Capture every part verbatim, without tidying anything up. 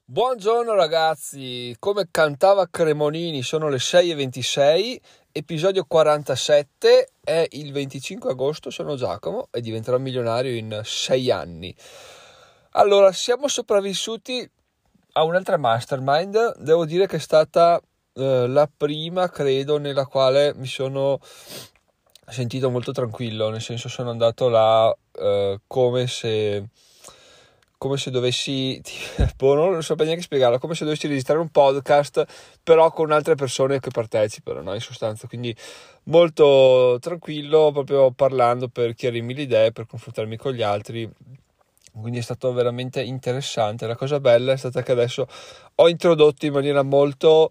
Buongiorno ragazzi, come cantava Cremonini sono le sei e ventisei, episodio quarantasette, è il venticinque agosto, sono Giacomo e diventerò milionario in sei anni. Allora, siamo sopravvissuti a un'altra mastermind, devo dire che è stata eh, la prima, credo, nella quale mi sono sentito molto tranquillo, nel senso sono andato là eh, come se... come se dovessi, boh, non saprei neanche spiegarlo, come se dovessi registrare un podcast, però con altre persone che partecipano, no? In sostanza, quindi molto tranquillo, proprio parlando per chiarirmi le idee, per confrontarmi con gli altri, quindi è stato veramente interessante. La cosa bella è stata che adesso ho introdotto in maniera molto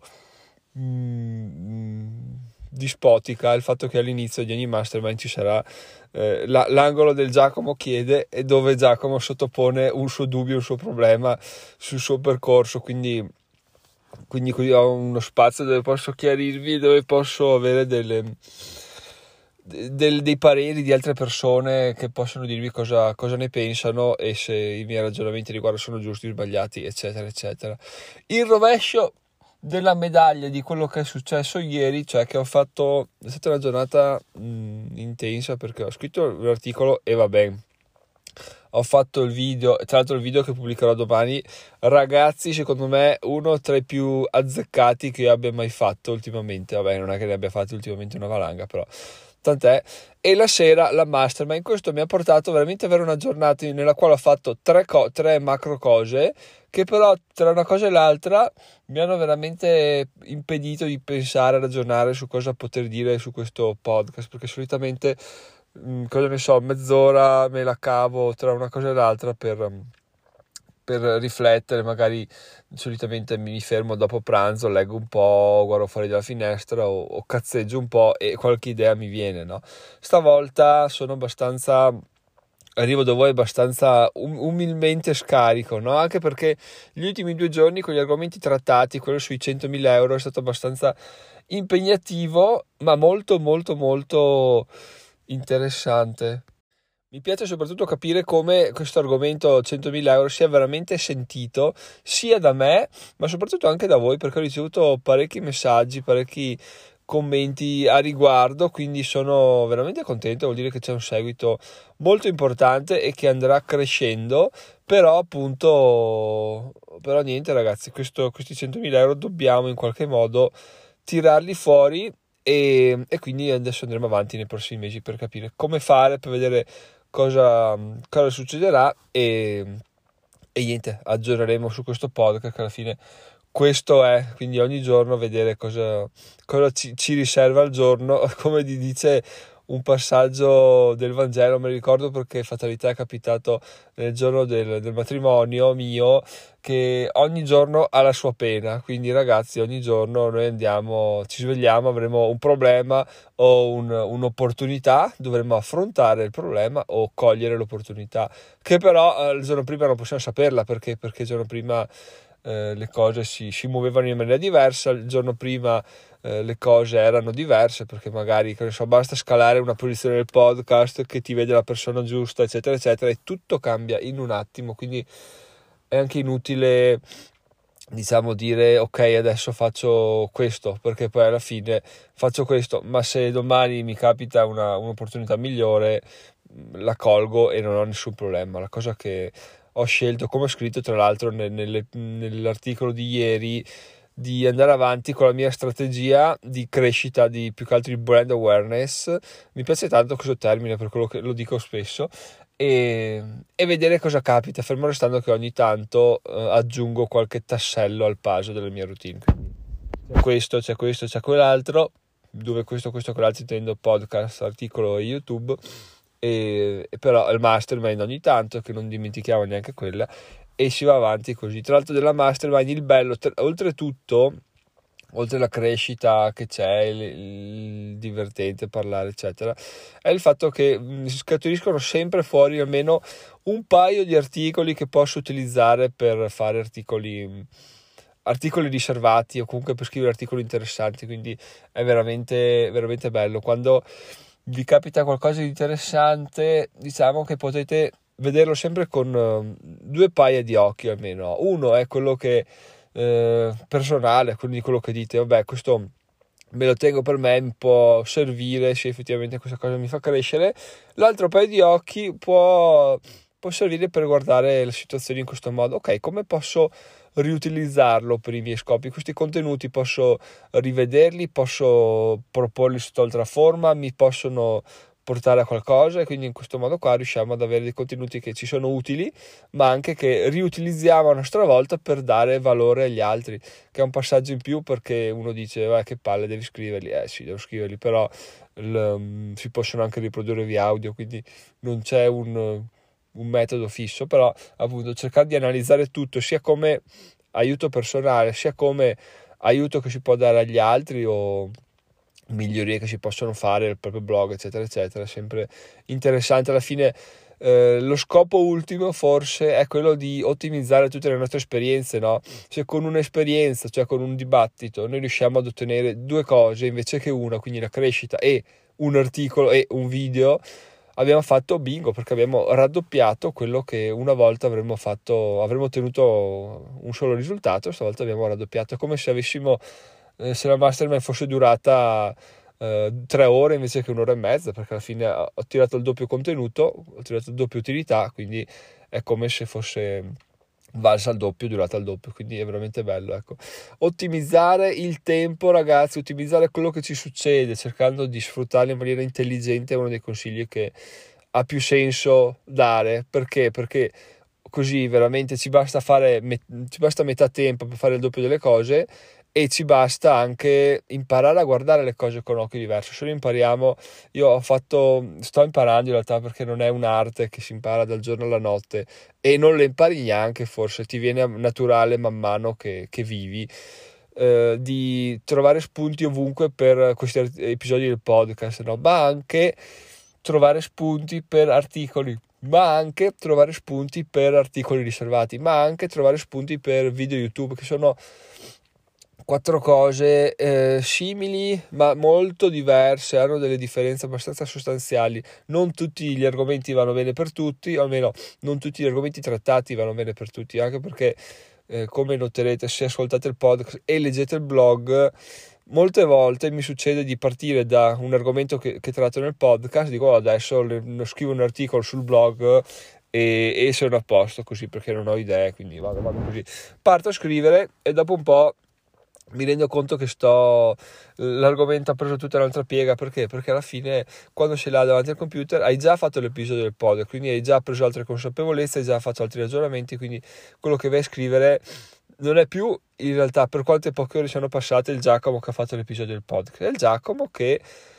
mm, dispotica il fatto che all'inizio di ogni mastermind ci sarà eh, la, l'angolo del Giacomo chiede, e dove Giacomo sottopone un suo dubbio, un suo problema sul suo percorso, quindi, quindi qui ho uno spazio dove posso chiarirvi, dove posso avere delle, del, dei pareri di altre persone che possono dirvi cosa, cosa ne pensano e se i miei ragionamenti riguardo sono giusti o sbagliati, eccetera eccetera. Il rovescio della medaglia di quello che è successo ieri, cioè che ho fatto, è stata una giornata mh, intensa, perché ho scritto un articolo e va bene, ho fatto il video, tra l'altro il video che pubblicherò domani, ragazzi, secondo me uno tra i più azzeccati che io abbia mai fatto ultimamente. Vabbè, non è che ne abbia fatti ultimamente una valanga, però tant'è. E la sera la mastermind, questo mi ha portato veramente ad avere una giornata nella quale ho fatto tre, co- tre macro cose, che però tra una cosa e l'altra mi hanno veramente impedito di pensare, ragionare su cosa poter dire su questo podcast, perché solitamente mh, cosa ne so, mezz'ora me la cavo tra una cosa e l'altra per, per riflettere. Magari solitamente mi fermo dopo pranzo, leggo un po', guardo fuori dalla finestra o, o cazzeggio un po' e qualche idea mi viene, no? Stavolta sono abbastanza... arrivo da voi abbastanza um- umilmente scarico, no? Anche perché gli ultimi due giorni con gli argomenti trattati, quello sui centomila euro, è stato abbastanza impegnativo, ma molto molto molto interessante. Mi piace soprattutto capire come questo argomento centomila euro sia veramente sentito sia da me, ma soprattutto anche da voi, perché ho ricevuto parecchi messaggi, parecchi commenti a riguardo, quindi sono veramente contento. Vuol dire che c'è un seguito molto importante e che andrà crescendo. Però appunto, però niente ragazzi, questo, questi centomila euro dobbiamo in qualche modo tirarli fuori, e, e quindi adesso andremo avanti nei prossimi mesi per capire come fare, per vedere cosa, cosa succederà, e, e niente, aggiorneremo su questo podcast, che alla fine questo è, quindi ogni giorno vedere cosa, cosa ci, ci riserva il giorno. Come ti dice un passaggio del Vangelo, me lo ricordo perché fatalità è capitato nel giorno del, del matrimonio mio, che ogni giorno ha la sua pena. Quindi ragazzi, ogni giorno noi andiamo, ci svegliamo, avremo un problema o un, un'opportunità, dovremo affrontare il problema o cogliere l'opportunità, che però eh, il giorno prima non possiamo saperla, perché perché il giorno prima eh, le cose si, si muovevano in maniera diversa, il giorno prima eh, le cose erano diverse, perché magari, che ne so, basta scalare una posizione del podcast che ti vede la persona giusta, eccetera eccetera, e tutto cambia in un attimo. Quindi è anche inutile, diciamo, dire ok adesso faccio questo, perché poi alla fine faccio questo, ma se domani mi capita una, un'opportunità migliore, la colgo e non ho nessun problema. La cosa che ho scelto, come ho scritto tra l'altro nel, nelle, nell'articolo di ieri, di andare avanti con la mia strategia di crescita, di più che altro di brand awareness. Mi piace tanto questo termine, per quello che lo dico spesso, e, e vedere cosa capita, fermo restando che ogni tanto eh, aggiungo qualche tassello al puzzle della mia routine. C'è questo, c'è questo, c'è quell'altro, dove questo, questo, quell'altro intendo podcast, articolo e YouTube, e, e però il mastermind ogni tanto, che non dimentichiamo neanche quella, e si va avanti così. Tra l'altro della mastermind il bello, tra, oltretutto, oltre alla crescita che c'è, il, il divertente parlare eccetera, è il fatto che mh, scaturiscono sempre fuori almeno un paio di articoli che posso utilizzare per fare articoli mh, articoli riservati, o comunque per scrivere articoli interessanti. Quindi è veramente veramente bello quando vi capita qualcosa di interessante. Diciamo che potete vederlo sempre con uh, due paia di occhi almeno. Uno è quello che eh, personale, quindi quello che dite, vabbè, questo me lo tengo per me, mi può servire se effettivamente questa cosa mi fa crescere. L'altro paio di occhi può, può servire per guardare la situazione in questo modo. Ok, come posso riutilizzarlo per i miei scopi? Questi contenuti posso rivederli, posso proporli sotto altra forma, mi possono portare a qualcosa, e quindi in questo modo qua riusciamo ad avere dei contenuti che ci sono utili, ma anche che riutilizziamo a nostra volta per dare valore agli altri, che è un passaggio in più, perché uno dice eh, che palle, devi scriverli. Eh sì, devo scriverli, però il, um, si possono anche riprodurre via audio, quindi non c'è un, un metodo fisso, però appunto cercare di analizzare tutto, sia come aiuto personale, sia come aiuto che si può dare agli altri o migliorie che si possono fare al proprio blog, eccetera eccetera. Sempre interessante. Alla fine eh, lo scopo ultimo forse è quello di ottimizzare tutte le nostre esperienze, no? Se con un'esperienza, cioè con un dibattito, noi riusciamo ad ottenere due cose invece che una, quindi la crescita e un articolo e un video, abbiamo fatto bingo, perché abbiamo raddoppiato quello che una volta avremmo fatto, avremmo ottenuto un solo risultato, stavolta abbiamo raddoppiato. È come se avessimo eh, se la mastermind fosse durata eh, tre ore invece che un'ora e mezza, perché alla fine ho, ho tirato il doppio contenuto, ho tirato il doppio utilità, quindi è come se fosse valsa al doppio, durata al doppio, quindi è veramente bello, ecco. Ottimizzare il tempo, ragazzi, ottimizzare quello che ci succede, cercando di sfruttarlo in maniera intelligente, è uno dei consigli che ha più senso dare. Perché? Perché così veramente ci basta fare met- ci basta metà tempo per fare il doppio delle cose, e ci basta anche imparare a guardare le cose con occhio diverso. Se lo impariamo, io ho fatto, sto imparando in realtà, perché non è un'arte che si impara dal giorno alla notte, e non le impari neanche, forse ti viene naturale man mano che, che vivi, eh, di trovare spunti ovunque per questi art- episodi del podcast, no? Ma anche trovare spunti per articoli, ma anche trovare spunti per articoli riservati, ma anche trovare spunti per video YouTube, che sono quattro cose eh, simili ma molto diverse, hanno delle differenze abbastanza sostanziali. Non tutti gli argomenti vanno bene per tutti, o almeno non tutti gli argomenti trattati vanno bene per tutti, anche perché eh, come noterete, se ascoltate il podcast e leggete il blog, molte volte mi succede di partire da un argomento che, che tratto nel podcast, dico oh, adesso le, scrivo un articolo sul blog e, e sono a posto così, perché non ho idee, quindi vado, vado così, parto a scrivere e dopo un po' mi rendo conto che sto l'argomento ha preso tutta un'altra piega. Perché? Perché alla fine, quando sei là davanti al computer, hai già fatto l'episodio del podcast, quindi hai già preso altre consapevolezze, hai già fatto altri ragionamenti, quindi quello che vai a scrivere non è più in realtà per quante poche ore sono passate il Giacomo che ha fatto l'episodio del podcast, è il Giacomo che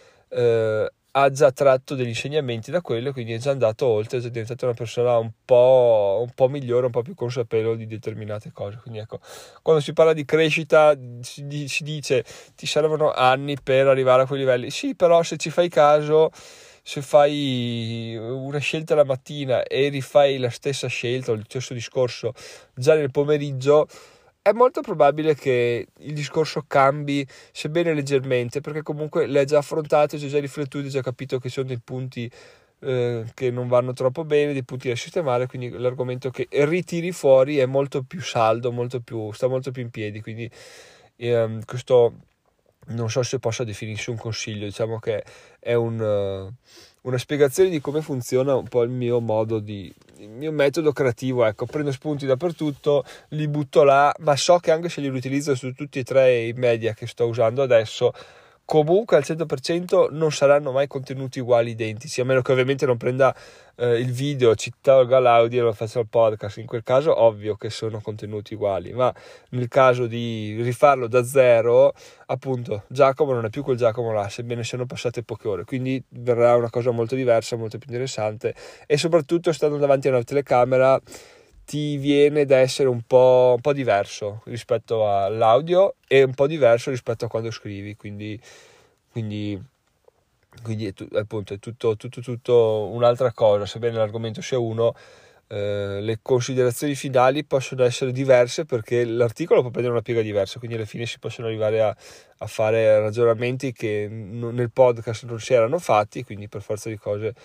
eh, ha già tratto degli insegnamenti da quello, quindi è già andato oltre, è già diventata una persona un po', un po' migliore, un po' più consapevole di determinate cose. Quindi ecco, quando si parla di crescita si, si dice ti servono anni per arrivare a quei livelli. Sì, però se ci fai caso, se fai una scelta la mattina e rifai la stessa scelta o lo stesso discorso già nel pomeriggio, è molto probabile che il discorso cambi, sebbene leggermente, perché comunque l'hai già affrontato, hai già riflettuto, hai già capito che sono dei punti eh, che non vanno troppo bene, dei punti da sistemare, quindi l'argomento che ritiri fuori è molto più saldo, molto più, sta molto più in piedi. Quindi ehm, questo non so se possa definirsi un consiglio, diciamo che è un, uh, una spiegazione di come funziona un po' il mio modo di, il mio metodo creativo. Ecco, prendo spunti dappertutto, li butto là, ma so che anche se li utilizzo su tutti e tre i media che sto usando adesso, comunque al cento per cento non saranno mai contenuti uguali, identici, a meno che ovviamente non prenda eh, il video, ci tolga l'audio e lo faccia il podcast. In quel caso ovvio che sono contenuti uguali, ma nel caso di rifarlo da zero, appunto, Giacomo non è più quel Giacomo là, sebbene siano passate poche ore, quindi verrà una cosa molto diversa, molto più interessante, e soprattutto stando davanti a una telecamera ti viene da essere un po', un po' diverso rispetto all'audio e un po' diverso rispetto a quando scrivi, quindi, quindi, quindi è, tu, appunto, è tutto, tutto, tutto un'altra cosa. Sebbene l'argomento sia uno, eh, le considerazioni finali possono essere diverse, perché l'articolo può prendere una piega diversa, quindi alla fine si possono arrivare a, a fare ragionamenti che n- nel podcast non si erano fatti, quindi per forza di cose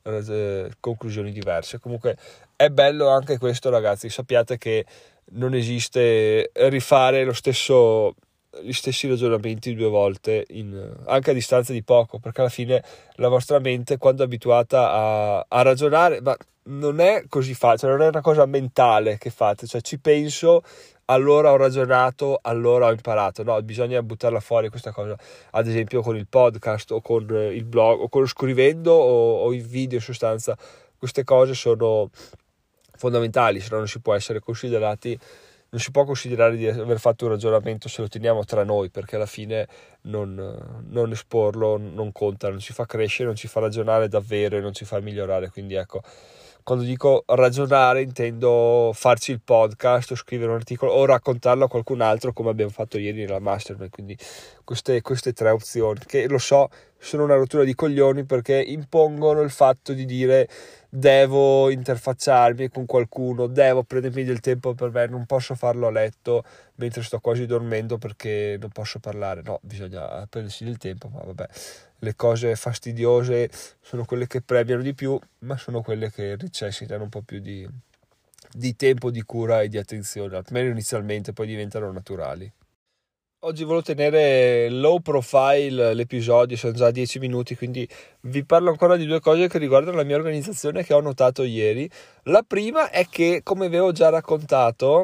eh, conclusioni diverse. Comunque è bello anche questo, ragazzi, sappiate che non esiste rifare lo stesso gli stessi ragionamenti due volte in, anche a distanza di poco, perché alla fine la vostra mente, quando è abituata a, a ragionare, ma non è così facile, non è una cosa mentale che fate, cioè ci penso, allora ho ragionato, allora ho imparato. No, bisogna buttarla fuori questa cosa, ad esempio con il podcast o con il blog o con lo scrivendo o, o i video. In sostanza queste cose sono fondamentali, se no non si può essere considerati non si può considerare di aver fatto un ragionamento se lo teniamo tra noi, perché alla fine non, non esporlo non conta, non ci fa crescere, non ci fa ragionare davvero e non ci fa migliorare. Quindi ecco, quando dico ragionare intendo farci il podcast o scrivere un articolo o raccontarlo a qualcun altro, come abbiamo fatto ieri nella mastermind. Quindi queste, queste tre opzioni, che lo so sono una rottura di coglioni, perché impongono il fatto di dire devo interfacciarmi con qualcuno, devo prendermi del tempo per me, non posso farlo a letto mentre sto quasi dormendo perché non posso parlare. No, bisogna prendersi del tempo, ma vabbè, le cose fastidiose sono quelle che premiano di più, ma sono quelle che necessitano un po' più di, di tempo, di cura e di attenzione, almeno inizialmente, poi diventano naturali. Oggi volevo tenere low profile l'episodio, sono già dieci minuti, quindi vi parlo ancora di due cose che riguardano la mia organizzazione che ho notato ieri. La prima è che, come avevo già raccontato,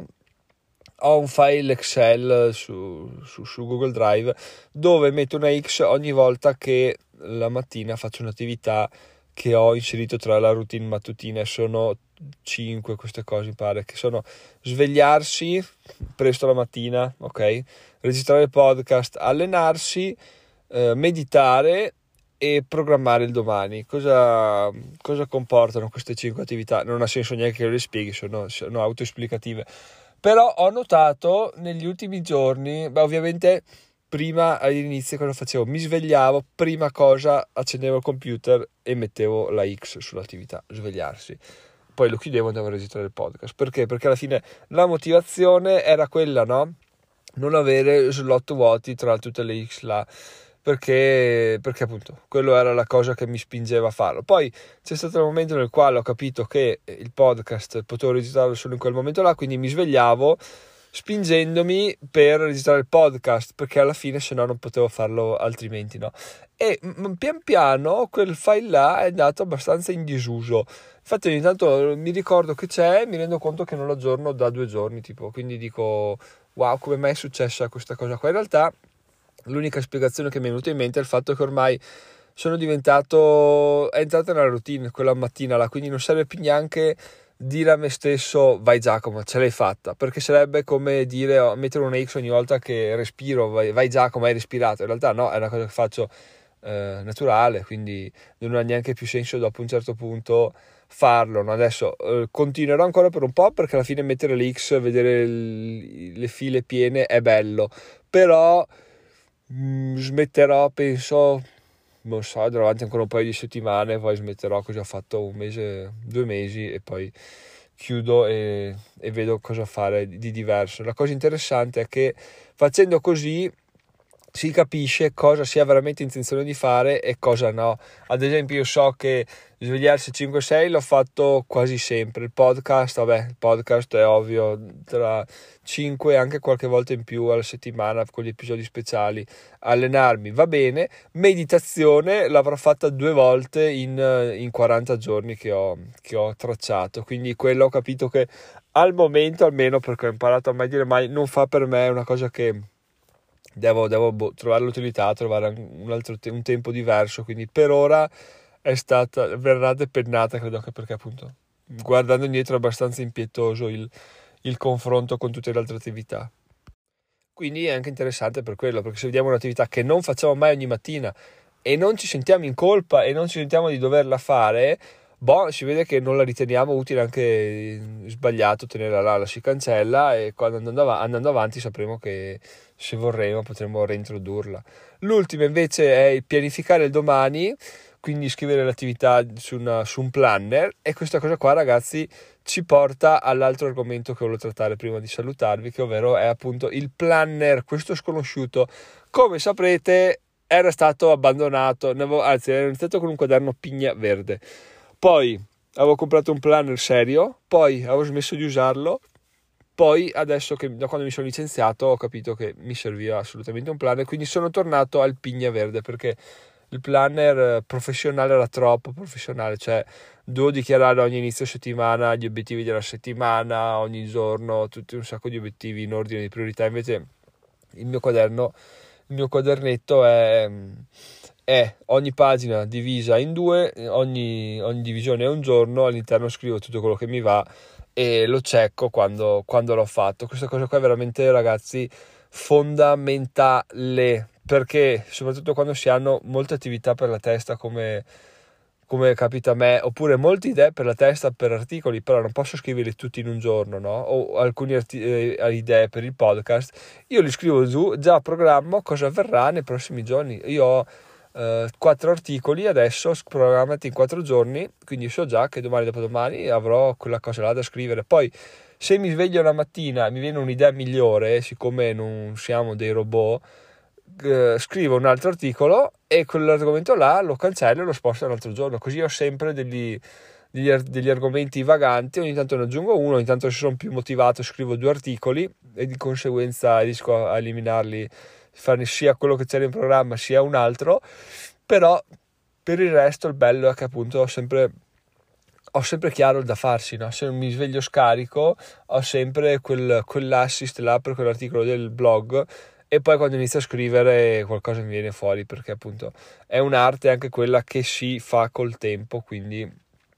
ho un file Excel su, su, su Google Drive dove metto una X ogni volta che la mattina faccio un'attività che ho inserito tra la routine mattutina. Sono cinque queste cose, mi pare, che sono svegliarsi presto la mattina, ok, registrare il podcast, allenarsi, eh, meditare e programmare il domani. Cosa, cosa comportano queste cinque attività? Non ha senso neanche che le spieghi, sono, sono autoesplicative. Però ho notato negli ultimi giorni, beh, ovviamente prima all'inizio cosa facevo? Mi svegliavo, prima cosa accendevo il computer e mettevo la X sull'attività, svegliarsi. Poi lo chiudevo e andavo a registrare il podcast. Perché? Perché alla fine la motivazione era quella, no? Non avere slot vuoti tra tutte le X là. Perché, perché appunto quello era la cosa che mi spingeva a farlo. Poi c'è stato il momento nel quale ho capito che il podcast potevo registrarlo solo in quel momento là, quindi mi svegliavo spingendomi per registrare il podcast, perché alla fine se no non potevo farlo altrimenti, no? E m- pian piano quel file là è andato abbastanza in disuso. Infatti ogni tanto mi ricordo che c'è, mi rendo conto che non lo aggiorno da due giorni, tipo, quindi dico wow, come mai è successa questa cosa qua? In realtà l'unica spiegazione che mi è venuta in mente è il fatto che ormai sono diventato, è entrata nella routine quella mattina là, quindi non serve più neanche dire a me stesso vai Giacomo, ce l'hai fatta, perché sarebbe come dire oh, mettere una X ogni volta che respiro, vai, vai Giacomo, hai respirato. In realtà no, è una cosa che faccio eh, naturale, quindi non ha neanche più senso dopo un certo punto farlo, no? Adesso eh, continuerò ancora per un po', perché alla fine mettere le X, vedere il, le file piene è bello, però mh, smetterò, penso, non so, andrò avanti ancora un paio di settimane, poi smetterò, così ho fatto un mese, due mesi e poi chiudo e, e vedo cosa fare di diverso. La cosa interessante è che facendo così si capisce cosa si ha veramente intenzione di fare e cosa no. Ad esempio io so che svegliarsi cinque sei l'ho fatto quasi sempre. Il podcast, vabbè, il podcast è ovvio, tra cinque e anche qualche volta in più alla settimana con gli episodi speciali. Allenarmi va bene, meditazione l'avrò fatta due volte in, in quaranta giorni che ho, che ho tracciato, quindi quello ho capito che al momento, almeno perché ho imparato a mai dire mai, non fa per me, è una cosa che devo, devo boh, trovare l'utilità, trovare un altro te- un tempo diverso, quindi per ora è stata, verrà depennata, credo, anche perché appunto guardando indietro è abbastanza impietoso il, il confronto con tutte le altre attività. Quindi è anche interessante per quello, perché se vediamo un'attività che non facciamo mai ogni mattina e non ci sentiamo in colpa e non ci sentiamo di doverla fare, boh, si vede che non la riteniamo utile, anche sbagliato tenerla là, la si cancella e quando andando, av- andando avanti sapremo che se vorremmo potremo reintrodurla. L'ultima invece è il pianificare il domani, quindi scrivere l'attività su, una, su un planner, e questa cosa qua, ragazzi, ci porta all'altro argomento che volevo trattare prima di salutarvi, che ovvero è appunto il planner, questo sconosciuto. Come saprete era stato abbandonato, ne avevo, anzi era iniziato con un quaderno pigna verde, poi avevo comprato un planner serio, poi avevo smesso di usarlo, poi adesso che da quando mi sono licenziato ho capito che mi serviva assolutamente un planner, quindi sono tornato al Pigna Verde, perché il planner professionale era troppo professionale, cioè devo dichiarare ogni inizio settimana gli obiettivi della settimana, ogni giorno, tutti un sacco di obiettivi in ordine di priorità. Invece il mio quaderno, il mio quadernetto è, è ogni pagina divisa in due, ogni, ogni divisione è un giorno, all'interno scrivo tutto quello che mi va e lo checco quando, quando l'ho fatto. Questa cosa qua è veramente, ragazzi, fondamentale, perché soprattutto quando si hanno molte attività per la testa, come, come capita a me, oppure molte idee per la testa per articoli, però non posso scriverli tutti in un giorno, no? O alcune arti- eh, idee per il podcast, io li scrivo giù, già programmo cosa avverrà nei prossimi giorni. Io ho eh, quattro articoli adesso programmati in quattro giorni, quindi so già che domani dopodomani avrò quella cosa là da scrivere. Poi se mi sveglio una mattina e mi viene un'idea migliore, siccome non siamo dei robot, eh, scrivo un altro articolo e quell'argomento là lo cancello e lo sposto un altro giorno, così ho sempre degli, degli, degli argomenti vaganti, ogni tanto ne aggiungo uno, ogni tanto se sono più motivato scrivo due articoli e di conseguenza riesco a eliminarli, farne sia quello che c'era in programma sia un altro. Però per il resto il bello è che appunto ho sempre ho sempre chiaro il da farsi, no? Se mi sveglio scarico ho sempre quel, quell'assist là per quell'articolo del blog, e poi quando inizio a scrivere qualcosa mi viene fuori, perché appunto è un'arte anche quella che si fa col tempo, quindi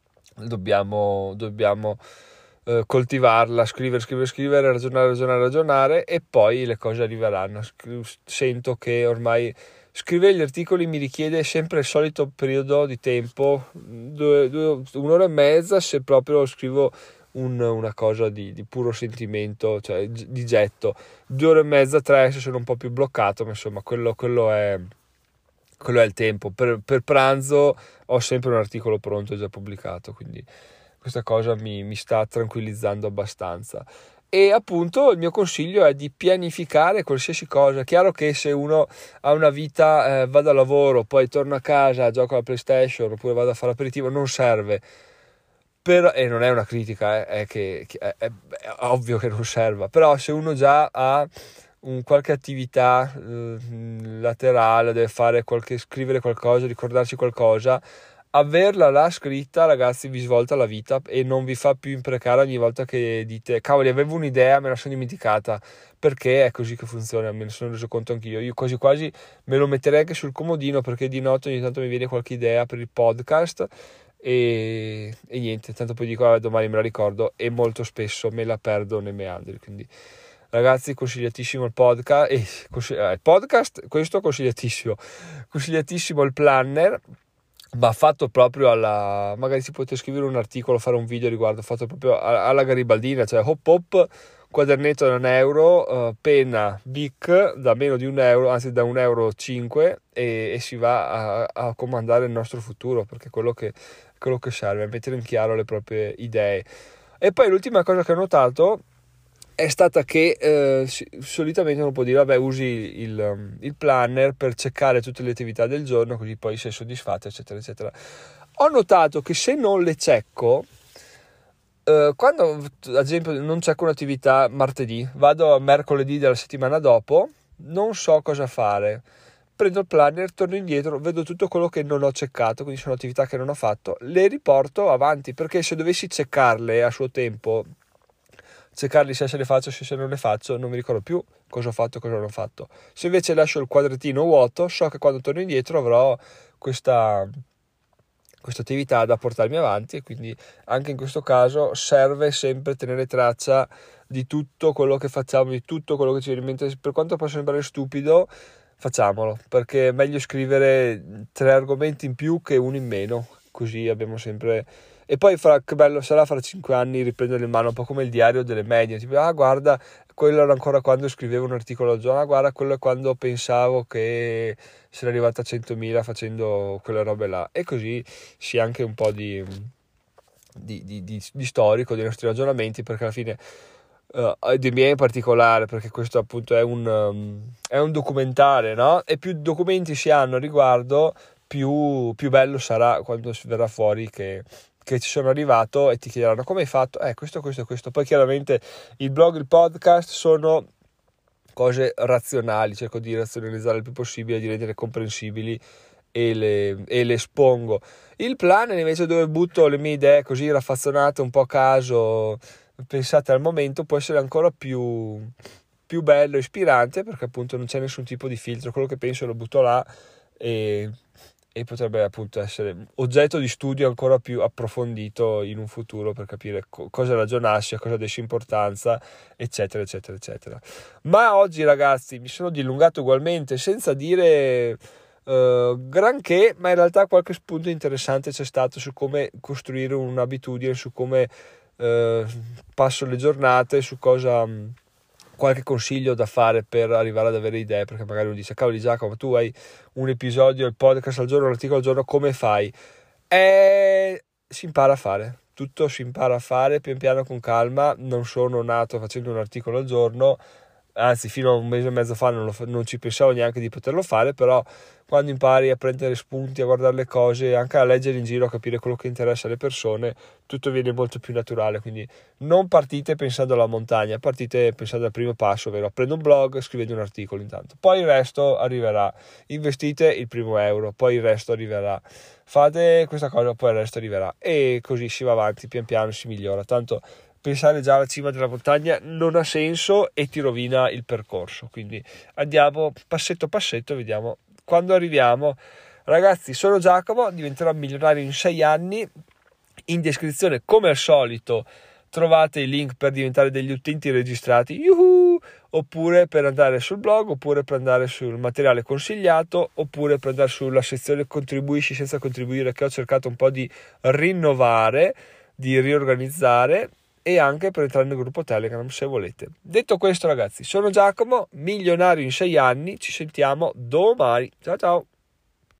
dobbiamo, dobbiamo eh, coltivarla, scrivere, scrivere, scrivere, ragionare, ragionare, ragionare, e poi le cose arriveranno. Sento che ormai scrivere gli articoli mi richiede sempre il solito periodo di tempo, due, due, un'ora e mezza se proprio scrivo un, una cosa di, di puro sentimento, cioè di getto, due ore e mezza, tre se sono un po' più bloccato, ma insomma quello, quello, è, quello è il tempo. Per, per pranzo ho sempre un articolo pronto già pubblicato, quindi questa cosa mi, mi sta tranquillizzando abbastanza. E appunto il mio consiglio è di pianificare qualsiasi cosa. Chiaro che se uno ha una vita, eh, va da lavoro, poi torna a casa, gioca alla PlayStation oppure vado a fare aperitivo, non serve. Però, e non è una critica, eh, è che, che è, è, è ovvio che non serva. Però se uno già ha un, qualche attività eh, laterale, deve fare qualche, scrivere qualcosa, ricordarsi qualcosa, averla là scritta, ragazzi, vi svolta la vita e non vi fa più imprecare ogni volta che dite cavoli, avevo un'idea, me la sono dimenticata, perché è così che funziona, me ne sono reso conto anch'io. Io quasi quasi me lo metterei anche sul comodino, perché di notte ogni tanto mi viene qualche idea per il podcast e, e niente, tanto poi dico ah, domani me la ricordo, e molto spesso me la perdo nei meandri. Quindi ragazzi, consigliatissimo il podcast, eh, consigli- eh, il podcast, questo consigliatissimo, consigliatissimo il planner, ma fatto proprio alla, magari si potete scrivere un articolo, fare un video riguardo, fatto proprio alla garibaldina, cioè hop hop, quadernetto da un euro, uh, penna Bic da meno di un euro, anzi da un euro cinque, e, e si va a, a comandare il nostro futuro, perché quello che, quello che serve è mettere in chiaro le proprie idee. E poi l'ultima cosa che ho notato è stata che eh, solitamente uno può dire vabbè, usi il, il planner per checkare tutte le attività del giorno, così poi sei soddisfatto, eccetera eccetera. Ho notato che se non le checco, eh, quando ad esempio non checco un'attività martedì, vado a mercoledì della settimana dopo, non so cosa fare, prendo il planner, torno indietro, vedo tutto quello che non ho checcato, quindi sono attività che non ho fatto, le riporto avanti, perché se dovessi checcarle a suo tempo, cercarli se se le faccio, se non le faccio, non mi ricordo più cosa ho fatto e cosa non ho fatto. Se invece lascio il quadrettino vuoto, so che quando torno indietro avrò questa, questa attività da portarmi avanti, e quindi anche in questo caso serve sempre tenere traccia di tutto quello che facciamo, di tutto quello che ci viene in mente. Per quanto possa sembrare stupido, facciamolo, perché è meglio scrivere tre argomenti in più che uno in meno, così abbiamo sempre. E poi farà, che bello sarà fra cinque anni riprendere in mano, un po' come il diario delle medie, tipo ah guarda, quello era ancora quando scrivevo un articolo al giorno, ah guarda, quello è quando pensavo che si era arrivata a centomila facendo quelle robe là, e così si ha anche un po' di, di, di, di, di storico dei nostri ragionamenti, perché alla fine uh, di me in particolare, perché questo appunto è un, um, è un documentare, no? E più documenti si hanno a riguardo, più, più bello sarà quando verrà fuori che che ci sono arrivato e ti chiederanno come hai fatto, eh questo, questo, questo. Poi chiaramente il blog, il podcast sono cose razionali, cerco di razionalizzare il più possibile, di rendere comprensibili e le, e le espongo. Il plan invece, dove butto le mie idee così raffazzonate, un po' a caso, pensate al momento, può essere ancora più, più bello, ispirante, perché appunto non c'è nessun tipo di filtro, quello che penso lo butto là e, e potrebbe appunto essere oggetto di studio ancora più approfondito in un futuro, per capire co- cosa ragionarsi, a cosa dessi importanza, eccetera eccetera eccetera. Ma oggi, ragazzi, mi sono dilungato ugualmente senza dire Uh, granché, ma in realtà qualche spunto interessante c'è stato su come costruire un'abitudine, su come uh, passo le giornate, su cosa um, qualche consiglio da fare per arrivare ad avere idee, perché magari uno dice cavoli Giacomo, tu hai un episodio, il podcast al giorno, l'articolo al giorno, come fai? E si impara a fare, tutto si impara a fare pian piano, con calma. Non sono nato facendo un articolo al giorno, anzi fino a un mese e mezzo fa non, lo, non ci pensavo neanche di poterlo fare, però quando impari a prendere spunti, a guardare le cose, anche a leggere in giro, a capire quello che interessa alle persone, tutto viene molto più naturale. Quindi non partite pensando alla montagna, partite pensando al primo passo, ovvero prendo un blog, scrivete un articolo intanto, poi il resto arriverà. Investite il primo euro, poi il resto arriverà. Fate questa cosa, poi il resto arriverà, e così si va avanti, pian piano si migliora. Tanto pensare già alla cima della montagna non ha senso e ti rovina il percorso. Quindi andiamo passetto passetto, vediamo quando arriviamo. Ragazzi, sono Giacomo, diventerò milionario in sei anni. In descrizione, come al solito, trovate i link per diventare degli utenti registrati, yuhu! Oppure per andare sul blog, oppure per andare sul materiale consigliato, oppure per andare sulla sezione contribuisci senza contribuire, che ho cercato un po' di rinnovare, di riorganizzare, e anche per entrare nel gruppo Telegram se volete. Detto questo, ragazzi, sono Giacomo, milionario in sei anni, ci sentiamo domani. Ciao ciao!